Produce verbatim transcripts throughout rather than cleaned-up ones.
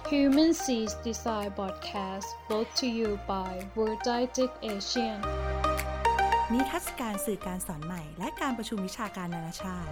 Human Seas Design Podcast brought to you by World Didactic Asian นิทรรศการสื่อการสอนใหม่และการประชุมวิชาการนานาชาติ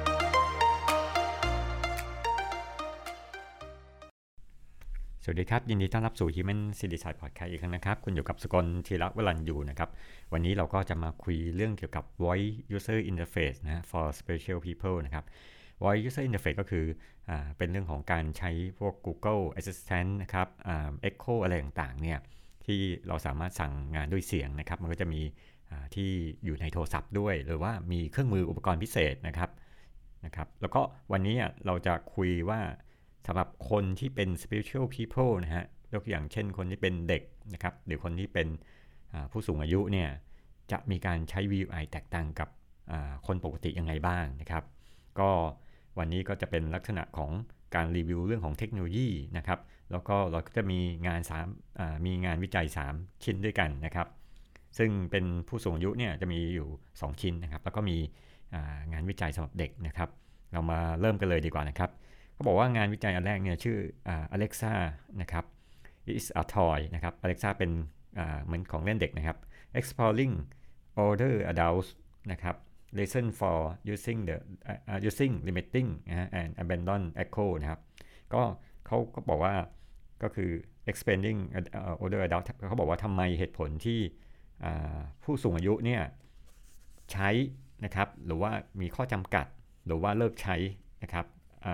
สวัสดีครับยินดีต้อนรับสู่ Human Seas Design Podcast อีกครั้งนะครับคุณอยู่กับสกลธีระวรัญยูนะครับวันนี้เราก็จะมาคุยเรื่องเกี่ยวกับ Voice User Interface นะ for Special People นะครับ Voice User Interface ก็คืออ่าเป็นเรื่องของการใช้พวก Google Assistant นะครับอ่า Echo อะไรต่างๆเนี่ยที่เราสามารถสั่งงานด้วยเสียงนะครับมันก็จะมีอ่าที่อยู่ในโทรศัพท์ด้วยหรือว่ามีเครื่องมืออุปกรณ์พิเศษนะครับนะครับแล้วก็วันนี้เราจะคุยว่าสำหรับคนที่เป็น spiritual people นะฮะยกอย่างเช่นคนที่เป็นเด็กนะครับหรือคนที่เป็นผู้สูงอายุเนี่ยจะมีการใช้ วี ยู ไอ แตกต่างกับคนปกติยังไงบ้างนะครับก็วันนี้ก็จะเป็นลักษณะของการรีวิวเรื่องของเทคโนโลยีนะครับแล้วก็เราก็จะมีงานสามอ่ามีงานวิจัยสามชิ้นด้วยกันนะครับซึ่งเป็นผู้สูงอายุเนี่ยจะมีอยู่สองชิ้นนะครับแล้วก็มีงานวิจัยสำหรับเด็กนะครับเรามาเริ่มกันเลยดีกว่านะครับเขาบอกว่างานวิจัยอันแรกเนี่ยชื่อ Alexa นะครับ is a toy นะครับ Alexa เป็นเหมือนของเล่นเด็กนะครับ exploring older adults นะครับ lesson for using the uh, using limiting and abandon echo นะครับก็เขาก็บอกว่าก็คือ expanding uh, older adult เขาบอกว่าทำไมเหตุผลที่ผู้สูงอายุเนี่ยใช้นะครับหรือว่ามีข้อจำกัดหรือว่าเลิกใช้นะครับ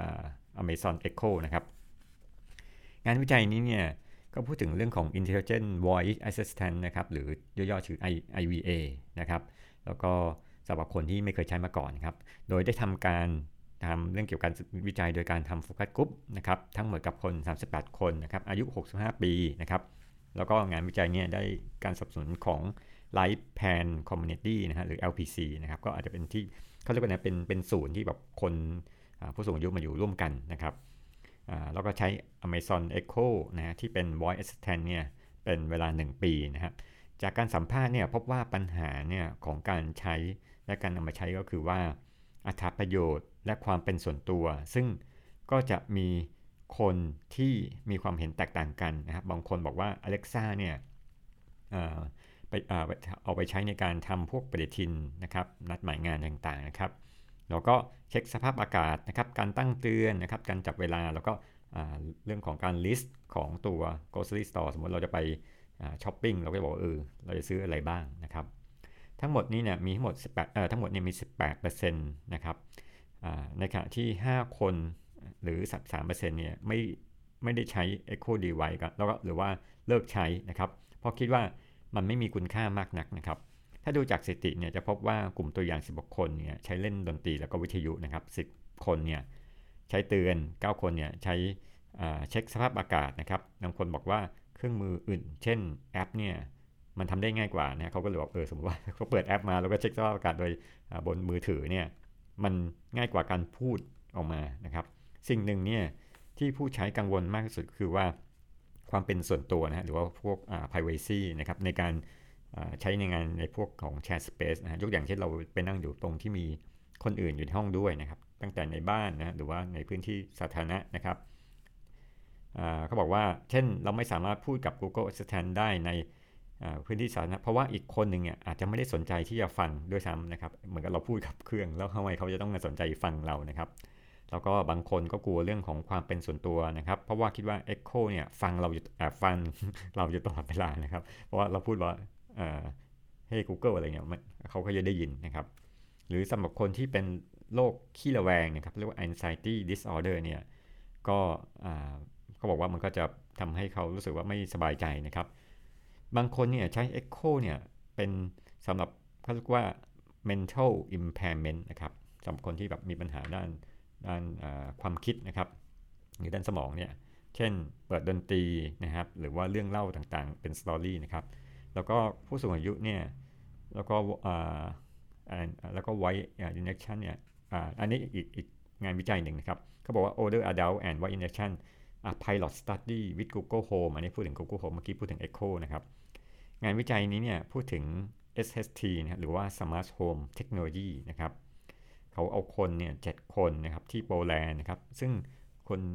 Amazon Echo นะครับงานวิจัยนี้เนี่ยก็พูดถึงเรื่องของ Intelligent Voice Assistant นะครับหรือย่อๆชื่อ ไอ วี เอ นะครับแล้วก็สำหรับคนที่ไม่เคยใช้มาก่อนครับโดยได้ทำการทำเรื่องเกี่ยวกับวิจัยโดยการทำโฟกัสกรุ๊ปนะครับทั้งหมดกับคนสามสิบแปดคนนะครับอายุหกสิบห้าปีนะครับแล้วก็งานวิจัยเนี่ยได้การสนับสนุนของ Lifespan Community นะฮะหรือ แอล พี ซี นะครับก็อาจจะเป็นที่เขาเรียกว่าเป็นเป็นศูนย์ที่แบบคนผู้สูงอายุมาอยู่ร่วมกันนะครับแล้วก็ใช้ Amazon Echo นะที่เป็น Voice Assistant เนี่ยเป็นเวลาหนึ่งปีนะครับจากการสัมภาษณ์เนี่ยพบว่าปัญหาเนี่ยของการใช้และการนำมาใช้ก็คือว่าอรรถประโยชน์และความเป็นส่วนตัวซึ่งก็จะมีคนที่มีความเห็นแตกต่างกันนะครับบางคนบอกว่า Alexa เนี่ยไปเอาไปใช้ในการทำพวกปฏิทินนะครับนัดหมายงานต่างๆนะครับแล้วก็เช็คสภาพอากาศนะครับการตั้งเตือนนะครับการจับเวลาแล้วก็เรื่องของการ list ของตัว grocery store สมมติเราจะไปช้อปปิ้งเราก็จะบอกเออเราจะซื้ออะไรบ้างนะครับทั้งหมดนี้เนี่ยมีทั้งหมดสิบแปดเอ่อทั้งหมดเนี่ยมี สิบแปดเปอร์เซ็นต์ นะครับในขณะที่ห้าคนหรือ สามเปอร์เซ็นต์ เนี่ยไม่ไม่ได้ใช้ Echo Device แล้วก็หรือว่าเลิกใช้นะครับเพราะคิดว่ามันไม่มีคุณค่ามากนักนะครับถ้าดูจากสถิติเนี่ยจะพบว่ากลุ่มตัวอย่างสิบหกคนเนี่ยใช้เล่นดนตรีแล้วก็วิทยุนะครับสิบคนเนี่ยใช้เตือนเก้าคนเนี่ยใช้เช็คสภาพอากาศนะครับบางคนบอกว่าเครื่องมืออื่นเช่นแอปเนี่ยมันทำได้ง่ายกว่านะเขาก็เลยบอกเออสมมติว่าเขาเปิดแอปมาแล้วก็เช็คสภาพอากาศโดยบนมือถือเนี่ยมันง่ายกว่าการพูดออกมานะครับสิ่งหนึ่งเนี่ยที่ผู้ใช้กังวลมากที่สุดคือว่าความเป็นส่วนตัวนะหรือว่าพวก privacy นะครับในการใช้ในงานในพวกของ Share Space นะยกอย่างเช่นเราไปนั่งอยู่ตรงที่มีคนอื่นอยู่ในห้องด้วยนะครับตั้งแต่ในบ้านนะหรือว่าในพื้นที่สาธารณะนะครับเขาบอกว่าเช่นเราไม่สามารถพูดกับ Google Assistant ได้ในพื้นที่สาธารณะเพราะว่าอีกคนหนึ่งเนี่ยอาจจะไม่ได้สนใจที่จะฟังด้วยซ้ำนะครับเหมือนกับเราพูดกับเครื่องแล้วทำไมเขาจะต้องมาสนใจฟังเรานะครับแล้วก็บางคนก็กลัวเรื่องของความเป็นส่วนตัวนะครับเพราะว่าคิดว่า Echo เนี่ยฟังเราอยู่แอบฟังเราอยู่ตลอดเวลานะครับเพราะว่าเราพูดว่าให้ Google อะไรเงี้ยเขาก็จะได้ยินนะครับหรือสำหรับคนที่เป็นโรคขี้ระแวงนะครับเรียกว่า anxiety disorder เนี่ยก็เขาบอกว่ามันก็จะทำให้เขารู้สึกว่าไม่สบายใจนะครับบางคนเนี่ยใช้ Echo เนี่ยเป็นสำหรับเขาเรียกว่า mental impairment นะครับสำหรับคนที่แบบมีปัญหาด้านด้านความคิดนะครับหรือด้านสมองเนี่ยเช่นเปิดดนตรีนะครับหรือว่าเรื่องเล่าต่างๆเป็นสตอรี่นะครับแล้วก็ผู้สูงอายุเนี่ยแล้วก็แล้วก็ voice interaction เนี่ยอันนี้อีกอีกงานวิจัยหนึ่งนะครับเขาบอกว่า older adult and voice interaction pilot study with Google Home อันนี้พูดถึง Google Home เมื่อกี้พูดถึง Echo นะครับงานวิจัยนี้เนี่ยพูดถึง เอส เอช ที นะหรือว่า Smart Home Technology นะครับเขาเอาคนเนี่ยเจ็ดคนนะครับที่โปแลนด์นะครับซึ่งคน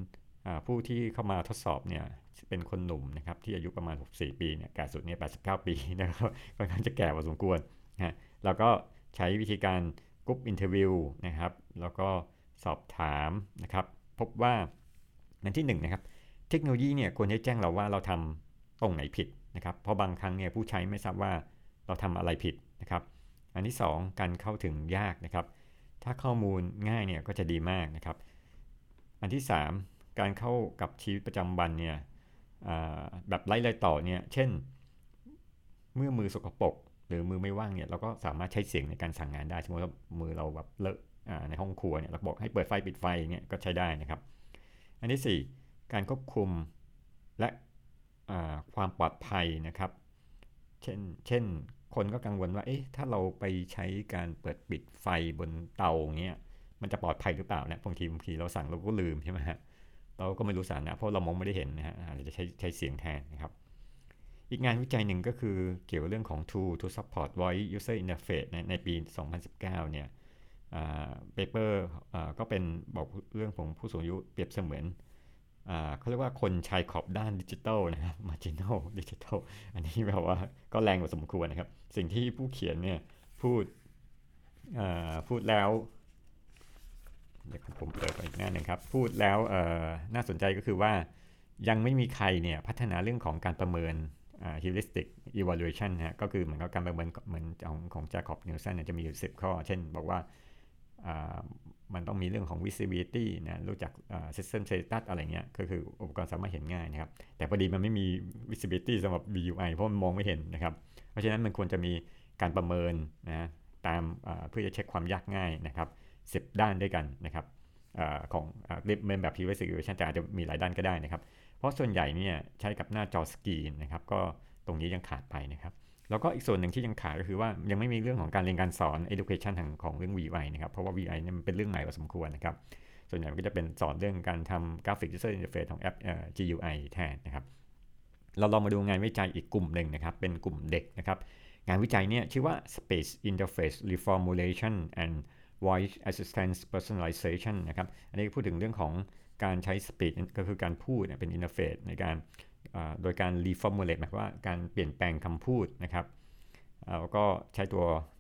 ผู้ที่เข้ามาทดสอบเนี่ยเป็นคนหนุ่มนะครับที่อายุประมาณหกสิบสี่ปีเนี่ยแก่สุดเนี่ยแปดสิบเก้าปีนะครับค่อนข้างจะแก่พอสมควรนะแล้วก็ใช้วิธีการกรุ๊ปอินเทอร์วิวนะครับแล้วก็สอบถามนะครับพบว่าอันที่หนึ่งนะครับเทคโนโลยีเนี่ยควรให้แจ้งเราว่าเราทำตรงไหนผิดนะครับเพราะบางครั้งเนี่ยผู้ใช้ไม่ทราบว่าเราทำอะไรผิดนะครับอันที่สองการเข้าถึงยากนะครับถ้าข้อมูลง่ายเนี่ยก็จะดีมากนะครับอันที่สามการเข้ากับชีวิตประจำวันเนี่ยแบบไร้รอยต่อเนี่ยเช่นเมื่อมือสกปรกหรือมือไม่ว่างเนี่ยเราก็สามารถใช้เสียงในการสั่งงานได้สมมติว่ามือเราแบบเลอะในห้องครัวเนี่ยเราบอกให้เปิดไฟปิดไฟเนี่ยก็ใช้ได้นะครับอันที่สี่การควบคุมและความปลอดภัยนะครับเช่นเช่นคนก็กังวลว่าเอ๊ะถ้าเราไปใช้การเปิดปิดไฟบนเตาเงี้ยมันจะปลอดภัยหรือเปล่าเนี่ยบางทีบางทีเราสั่งเราก็ลืมใช่ไหมฮะเราก็ไม่รู้สารนะเพราะเรามองไม่ได้เห็นนะฮะอาจจะใช้ใช้เสียงแทนนะครับอีกงานวิจัยหนึ่งก็คือเกี่ยวกับเรื่องของ tool to support voice user interface ใน, ในปี สองพันสิบเก้า เนี่ยเปเปอร์ก็เป็นบอกเรื่องของผู้สูงอายุเปรียบเสมือนเขาเรียกว่าคนชายขอบด้านดิจิทัลนะครับ marginal digital อันนี้แบบว่าก็แรงกว่าสมควรนะครับสิ่งที่ผู้เขียนเนี่ยพูดพูดแล้วเดี๋ยวผมเปิดไปอีกหน้านึงครับพูดแล้วน่าสนใจก็คือว่ายังไม่มีใครเนี่ยพัฒนาเรื่องของการประเมินheuristic evaluation นะฮะก็คือเหมือนกับการประเมินเหมือนของของจาคอบนิวสันจะมีอยู่สิบข้อเช่นบอกว่ามันต้องมีเรื่องของ visibility นะรู้จัก system status อะไรเงี้ยก็คืออุปกรณ์สามารถเห็นง่ายนะครับแต่พอดีมันไม่มี visibility สำหรับ วี ยู ไอ เพราะมันมองไม่เห็นนะครับเพราะฉะนั้นมันควรจะมีการประเมินนะตามเพื่อจะเช็คความยากง่ายนะครับสิบด้านด้วยกันนะครับของเรียกเป็นแบบ heuristic evaluation แต่อาจจะมีหลายด้านก็ได้นะครับเพราะส่วนใหญ่เนี่ยใช้กับหน้าจอสกรีนนะครับก็ตรงนี้ยังขาดไปนะครับแล้วก็อีกส่วนหนึ่งที่ยังขาดก็คือว่ายังไม่มีเรื่องของการเรียนการสอน education ทางของเรื่อง วี ยู ไอ นะครับเพราะว่า วี ยู ไอ เนี่ยมันเป็นเรื่องใหม่พอสมควรนะครับส่วนใหญ่ก็จะเป็นสอนเรื่องการทำ graphic user interface ของแอป จี ยู ไอ แทนนะครับเราลองมาดูงานวิจัยอีกกลุ่มหนึ่งนะครับเป็นกลุ่มเด็กนะครับงานวิจัยเนี่ยชื่อว่า Speech Interface Reformulation and Voice Assistance Personalization นะครับอันนี้พูดถึงเรื่องของการใช้ speech ก็คือการพูดเป็น interface ในการโดยการ reformulate หมายความว่าการเปลี่ยนแปลงคำพูดนะครับแล้วก็ใช้ตัว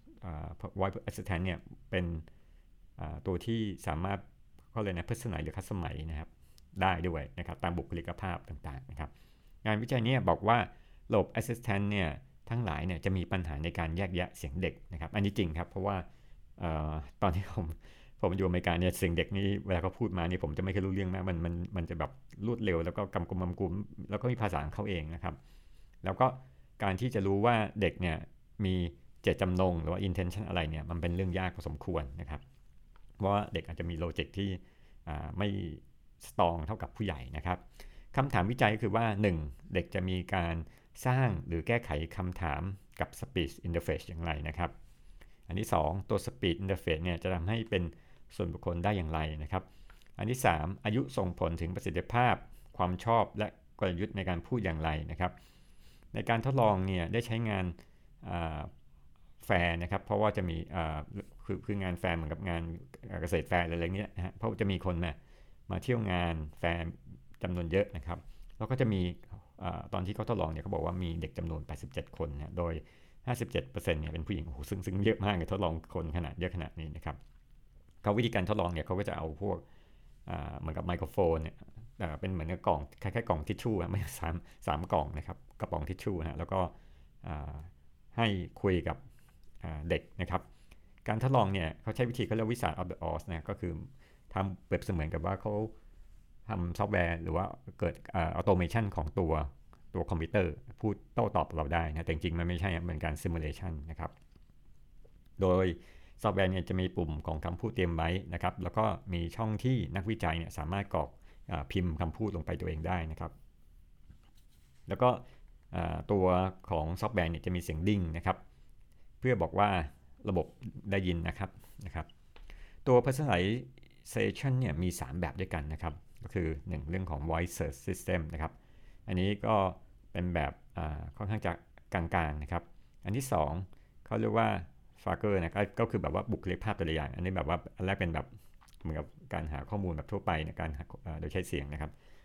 voice assistant เนี่ยเป็นตัวที่สามารถเขาเรียกนะ personalize หรือ customize นะครับได้ด้วยนะครับตามบุคลิกภาพต่างๆนะครับงานวิจัยนี้บอกว่าระบบ assistant เนี่ยทั้งหลายเนี่ยจะมีปัญหาในการแยกแยะเสียงเด็กนะครับอันนี้จริงครับเพราะว่าตอนที่ผมผมอยู่อเมริกาเนี่ยเสียงเด็กนี่เวลาเขาพูดมานี่ผมจะไม่เคยรู้เรื่องมากมันมันมันจะแบบรวดเร็วแล้วก็กำกวมกำกุมแล้วก็มีภาษาของเขาเองนะครับแล้วก็การที่จะรู้ว่าเด็กเนี่ยมีเจตจำนงหรือว่า intention อะไรเนี่ยมันเป็นเรื่องยากพอสมควรนะครับเพราะว่าเด็กอาจจะมีโลจิกที่ไม่สตรองเท่ากับผู้ใหญ่นะครับคำถามวิจัยคือว่าหนึ่งเด็กจะมีการสร้างหรือแก้ไขคำถามกับ speech interface อย่างไรนะครับอันที่สองตัว speech interface เนี่ยจะทำให้เป็นส่วนบุคคลได้อย่างไรนะครับอันที่สามอายุส่งผลถึงประสิทธิภาพความชอบและกลยุทธ์ในการพูดอย่างไรนะครับในการทดลองเนี่ยได้ใช้งานแฟร์นะครับเพราะว่าจะมีคือคืองานแฟร์เหมือนกับงานเกษตรแฟร์อะไรเงี้ยนะฮะเพราะจะมีคนมามาเที่ยวงานแฟร์จำนวนเยอะนะครับแล้วก็จะมีตอนที่เขาทดลองเนี่ยเขาบอกว่ามีเด็กจำนวนแปดสิบเจ็ดคนนะโดย ห้าสิบเจ็ดเปอร์เซ็นต์ เนี่ยเป็นผู้หญิงโอ้โหซึ่งซึ่งเยอะมากเลยทดลองคนขนาดเยอะขนาดนี้นะครับเขาวิธีการทดลองเนี่ยเขาก็จะเอาพวกเหมือนกับไมโครโฟนเนี่ยเป็นเหมือนกับกล่องคล้ายๆกล่องทิชชู่ไม่สามสามกล่องนะครับกระป๋องทิชชู่นะแล้วก็ให้คุยกับเด็กนะครับการทดลองเนี่ยเขาใช้วิธีเขาเรียกวิสา of the Oz นะก็คือทำเปรียบเสมือนกับว่าเขาทำซอฟต์แวร์หรือว่าเกิดออโตเมชันของตัวตัวคอมพิวเตอร์พูดโต้ตอบเราได้นะแต่จริงๆมันไม่ใช่เป็นการซิมูเลชันนะครับโดยซอฟต์แวร์เนี่ยจะมีปุ่มของคำพูดเตรียมไว้นะครับแล้วก็มีช่องที่นักวิจัยเนี่ยสามารถกรอกพิมพ์คำพูดลงไปตัวเองได้นะครับแล้วก็ตัวของซอฟต์แวร์เนี่ยจะมีเสียงดิ้งนะครับเพื่อบอกว่าระบบได้ยินนะครับนะครับตัว personalization เนี่ยมีสามแบบด้วยกันนะครับก็คือหนึ่งเรื่องของ voice search system นะครับอันนี้ก็เป็นแบบค่อนข้างจะกลางๆนะครับอันที่สองเขาเรียกว่า Fagger นะก็คือแบบว่าบุคลิกภาพแต่ละอย่างอันนี้แบบว่าอันแรกเป็นแบบเหมือนกับการหาข้อมูลแบบทั่วไปในการโดยใช้เสียงนะครับ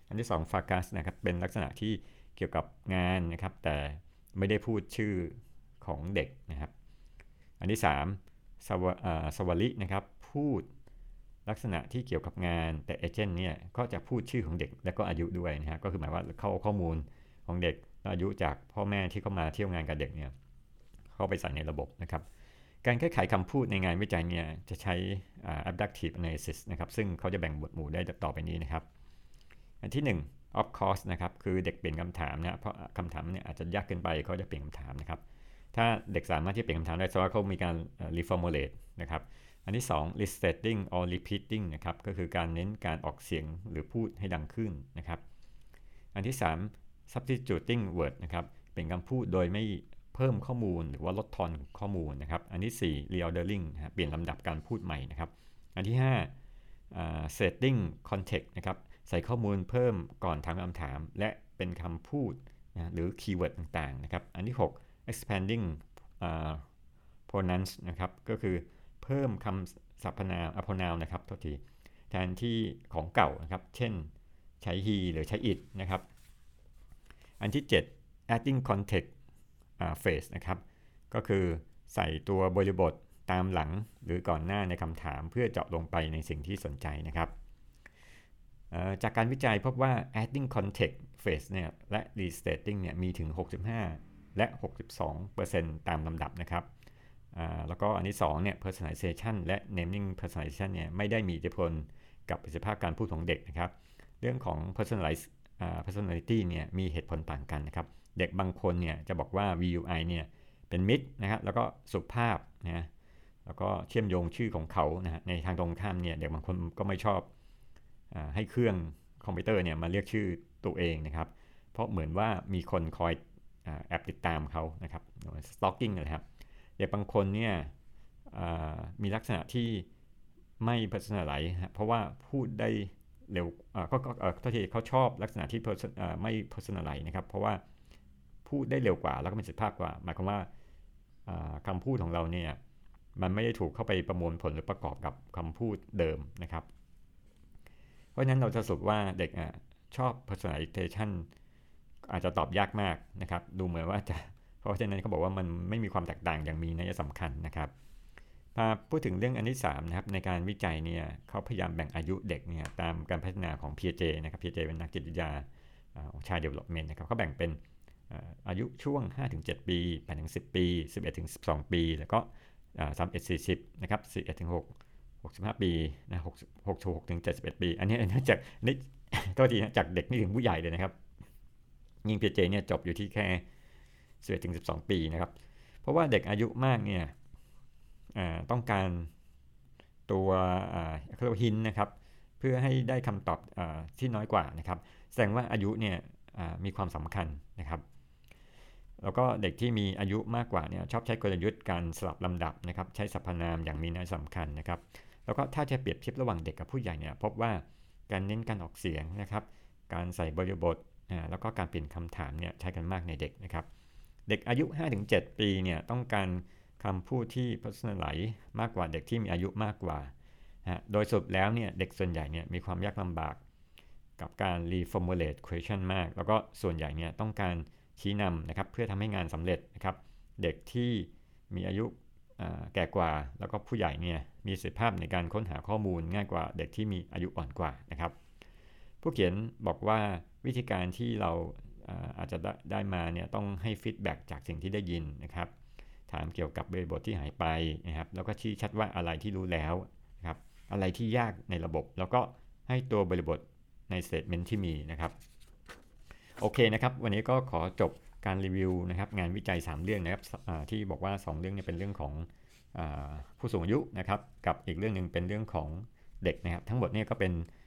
อันที่สอง focus นะครับเป็นลักษณะที่เกี่ยวกับงานนะครับแต่ไม่ได้พูดชื่อของเด็กนะครับอันที่สามสวสวลินะครับพูดลักษณะที่เกี่ยวกับงานแต่เอเจนต์เนี่ยก็จะพูดชื่อของเด็กและก็อายุด้วยนะฮะก็คือหมายว่าเข้าข้อมูลของเด็กอายุจากพ่อแม่ที่เข้ามาเที่ยวงานกับเด็กเนี่ยเข้าไปใส่ในระบบนะครับการแก้ไขคำพูดในงานวิจัยเนี่ยจะใช้ abductive analysis นะครับซึ่งเขาจะแบ่งหมวดหมู่ได้ต่อไปนี้นะครับอันที่หนึ่ง of course นะครับคือเด็กเปลี่ยนคำถามนะเพราะคำถามเนี่ยอาจจะยากเกินไปเขาจะเปลี่ยนคำถามนะครับถ้าเด็กสามารถที่เปลี่ยนคำถามได้แสดงว่าเขามีการ reformulate นะครับอันที่สอง restating or repeating นะครับก็คือการเน้นการออกเสียงหรือพูดให้ดังขึ้นนะครับอันที่สาม substituting word นะครับเป็นคำพูดโดยไม่เพิ่มข้อมูลหรือว่าลดทอนข้อมูลนะครับอันที่สี่ reordering นะเปลี่ยนลำดับการพูดใหม่นะครับอันที่ห้า uh, setting context นะครับใส่ข้อมูลเพิ่มก่อนถามคำถามและเป็นคำพูดนะหรือคีย์เวิร์ดต่างๆนะครับอันที่หก expanding uh, pronouns นะครับก็คือเพิ่มคำสรรพนาม pronoun นะครับโทษทีแทนที่ของเก่านะครับเช่นใช้ he หรือใช้ it นะครับอันที่เจ็ด adding context uh, phrase นะครับก็คือใส่ตัวบริบทตามหลังหรือก่อนหน้าในคำถามเพื่อเจาะลงไปในสิ่งที่สนใจนะครับจากการวิจัยพบว่า adding context phrase เนี่ยและ restating เนี่ยมีถึงหกสิบห้าและ หกสิบสองเปอร์เซ็นต์ ตามลำดับนะครับแล้วก็อันที่สองเนี่ย personalization และ naming personalization เนี่ยไม่ได้มีอิทธิพลกับประสิทธิภาพการพูดของเด็กนะครับเรื่องของ personalize personality เนี่ยมีเหตุผลต่างกันนะครับเด็กบางคนเนี่ยจะบอกว่า วี ยู ไอ เนี่ยเป็นมิตรนะครับแล้วก็สุภาพนะแล้วก็เชื่อมโยงชื่อของเขานะฮะในทางตรงข้ามเนี่ยเด็กบางคนก็ไม่ชอบให้เครื่องคอมพิวเตอร์เนี่ยมาเรียกชื่อตัวเองนะครับเพราะเหมือนว่ามีคนคอยแอบติดตามเขานะครับ stalking นะครับเด็กบางคนเนี่ยมีลักษณะที่ไม่ personalize เพราะว่าพูดได้เร็วก็ก็ทีเขาชอบลักษณะที่ไม่ personalize นะครับเพราะว่าพูดได้เร็วกว่าแล้วก็มีประสิทธิภาพกว่าหมายความว่าคำพูดของเราเนี่ยมันไม่ได้ถูกเข้าไปประมวลผลหรือประกอบกับคำพูดเดิมนะครับเพราะฉะนั้นเราจะสรุปว่าเด็กชอบ personalization อาจจะตอบยากมากนะครับดูเหมือนว่าจะเพราะฉะนั้นเขาบอกว่ามันไม่มีความแตกต่างอย่างมีนัยสำคัญนะครับมาพูดถึงเรื่องอันที่สามนะครับในการวิจัยเนี่ยเขาพยายามแบ่งอายุเด็กเนี่ยตามการพัฒนาของ พี เอ เจ นะครับ พี เอ เจ เป็นนักจิตวิทยาของ Child Development นะครับเขาแบ่งเป็นอายุช่วง ห้าถึงเจ็ด ปี แปดถึงสิบ ปี สิบเอ็ดถึงสิบสอง ปีแล้วก็สามสิบเอ็ดถึงสี่สิบนะครับสิบเอ็ดถึงหก หกสิบห้า ปีนะหกสิบหกถึงเจ็ดสิบเอ็ด ปีอันนี้เนื่องจากนี่ก็ดีนะจากเด็กนี่ถึงผู้ใหญ่เลยนะครับยิ่ง พี เอ เจ เนี่ยจบอยู่ที่แค่สิบเอ็ดถึงสิบสอง ปีนะครับเพราะว่าเด็กอายุมากเนี่ยต้องการตัวเขาเรียกว่า hint นะครับเพื่อให้ได้คำตอบที่น้อยกว่านะครับแสดงว่าอายุเนี่ยมีความสำคัญนะครับแล้วก็เด็กที่มีอายุมากกว่าเนี่ยชอบใช้กลยุทธ์การสลับลำดับนะครับใช้สรรพนามอย่างมีนัยสำคัญนะครับแล้วก็ถ้าจะเปรียบเทียบระหว่างเด็กกับผู้ใหญ่เนี่ยพบว่าการเน้นการออกเสียงนะครับการใส่บริบทแล้วก็การเปลี่ยนคำถามเนี่ยใช้กันมากในเด็กนะครับเด็กอายุ ห้าถึงเจ็ด ปีเนี่ยต้องการคำพูดที่ personalize มากกว่าเด็กที่มีอายุมากกว่าโดยสรุปแล้วเนี่ยเด็กส่วนใหญ่เนี่ยมีความยากลำบากกับการ reformulate question มากแล้วก็ส่วนใหญ่เนี่ยต้องการชี้นำนะครับเพื่อทำให้งานสำเร็จนะครับเด็กที่มีอายุแก่กว่าแล้วก็ผู้ใหญ่เนี่ยมีประสิทธิภาพในการค้นหาข้อมูลง่ายกว่าเด็กที่มีอายุอ่อนกว่านะครับผู้เขียนบอกว่าวิธีการที่เราอาจจะได้มาเนี่ยต้องให้ฟีดแบ็กจากสิ่งที่ได้ยินนะครับถามเกี่ยวกับบริบทที่หายไปนะครับแล้วก็ชี้ชัดว่าอะไรที่รู้แล้วนะครับอะไรที่ยากในระบบแล้วก็ให้ตัวบริบทในสเตทเมนต์ที่มีนะครับโอเคนะครับวันนี้ก็ขอจบการรีวิวนะครับงานวิจัยสามเรื่องนะครับที่บอกว่าสองเรื่องนี้เป็นเรื่องของผู้สูงอายุนะครับกับอีกเรื่องนึงเป็นเรื่องของเด็กนะครับทั้งหมดนี้ก็เป็น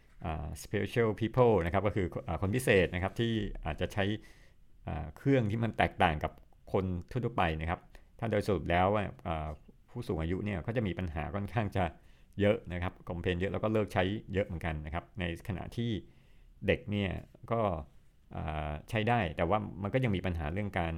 special people นะครับก็คือคนพิเศษนะครับที่อาจจะใช้เครื่องที่มันแตกต่างกับคนทั่วไปนะครับถ้าโดยสรุปแล้วผู้สูงอายุเนี่ยเขาจะมีปัญหาค่อนข้างจะเยอะนะครับคอมเพลนเยอะแล้วก็เลิกใช้เยอะเหมือนกันนะครับในขณะที่เด็กเนี่ยก็ใช้ได้แต่ว่ามันก็ยังมีปัญหาเรื่องการ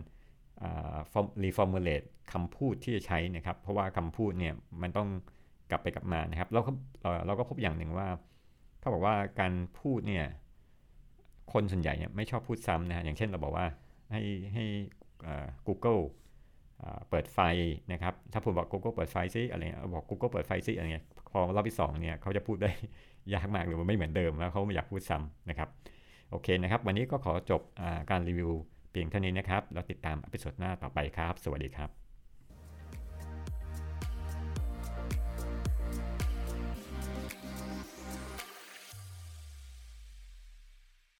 reformulate คำพูดที่จะใช้นะครับเพราะว่าคำพูดเนี่ยมันต้องกลับไปกลับมานะครับเราก็เราก็พบอย่างหนึ่งว่าเขาบอกว่าการพูดเนี่ยคนส่วนใหญ่เนี่ยไม่ชอบพูดซ้ำนะอย่างเช่นเราบอกว่าให้ให้ Google เปิดไฟนะครับถ้าผมบอก Google เปิดไฟซิอะไรเงี้ยบอก Google เปิดไฟซิอะไรเงี้ยพอรอบที่สองเนี่ยเขาจะพูดได้ยากมากหรือมันไม่เหมือนเดิมแล้วเขาไม่อยากพูดซ้ำนะครับโอเคนะครับวันนี้ก็ขอจบการรีวิวเพียงเท่านี้นะครับแล้วติดตามอพิโซดหน้าต่อไปครับสวัสดีครับ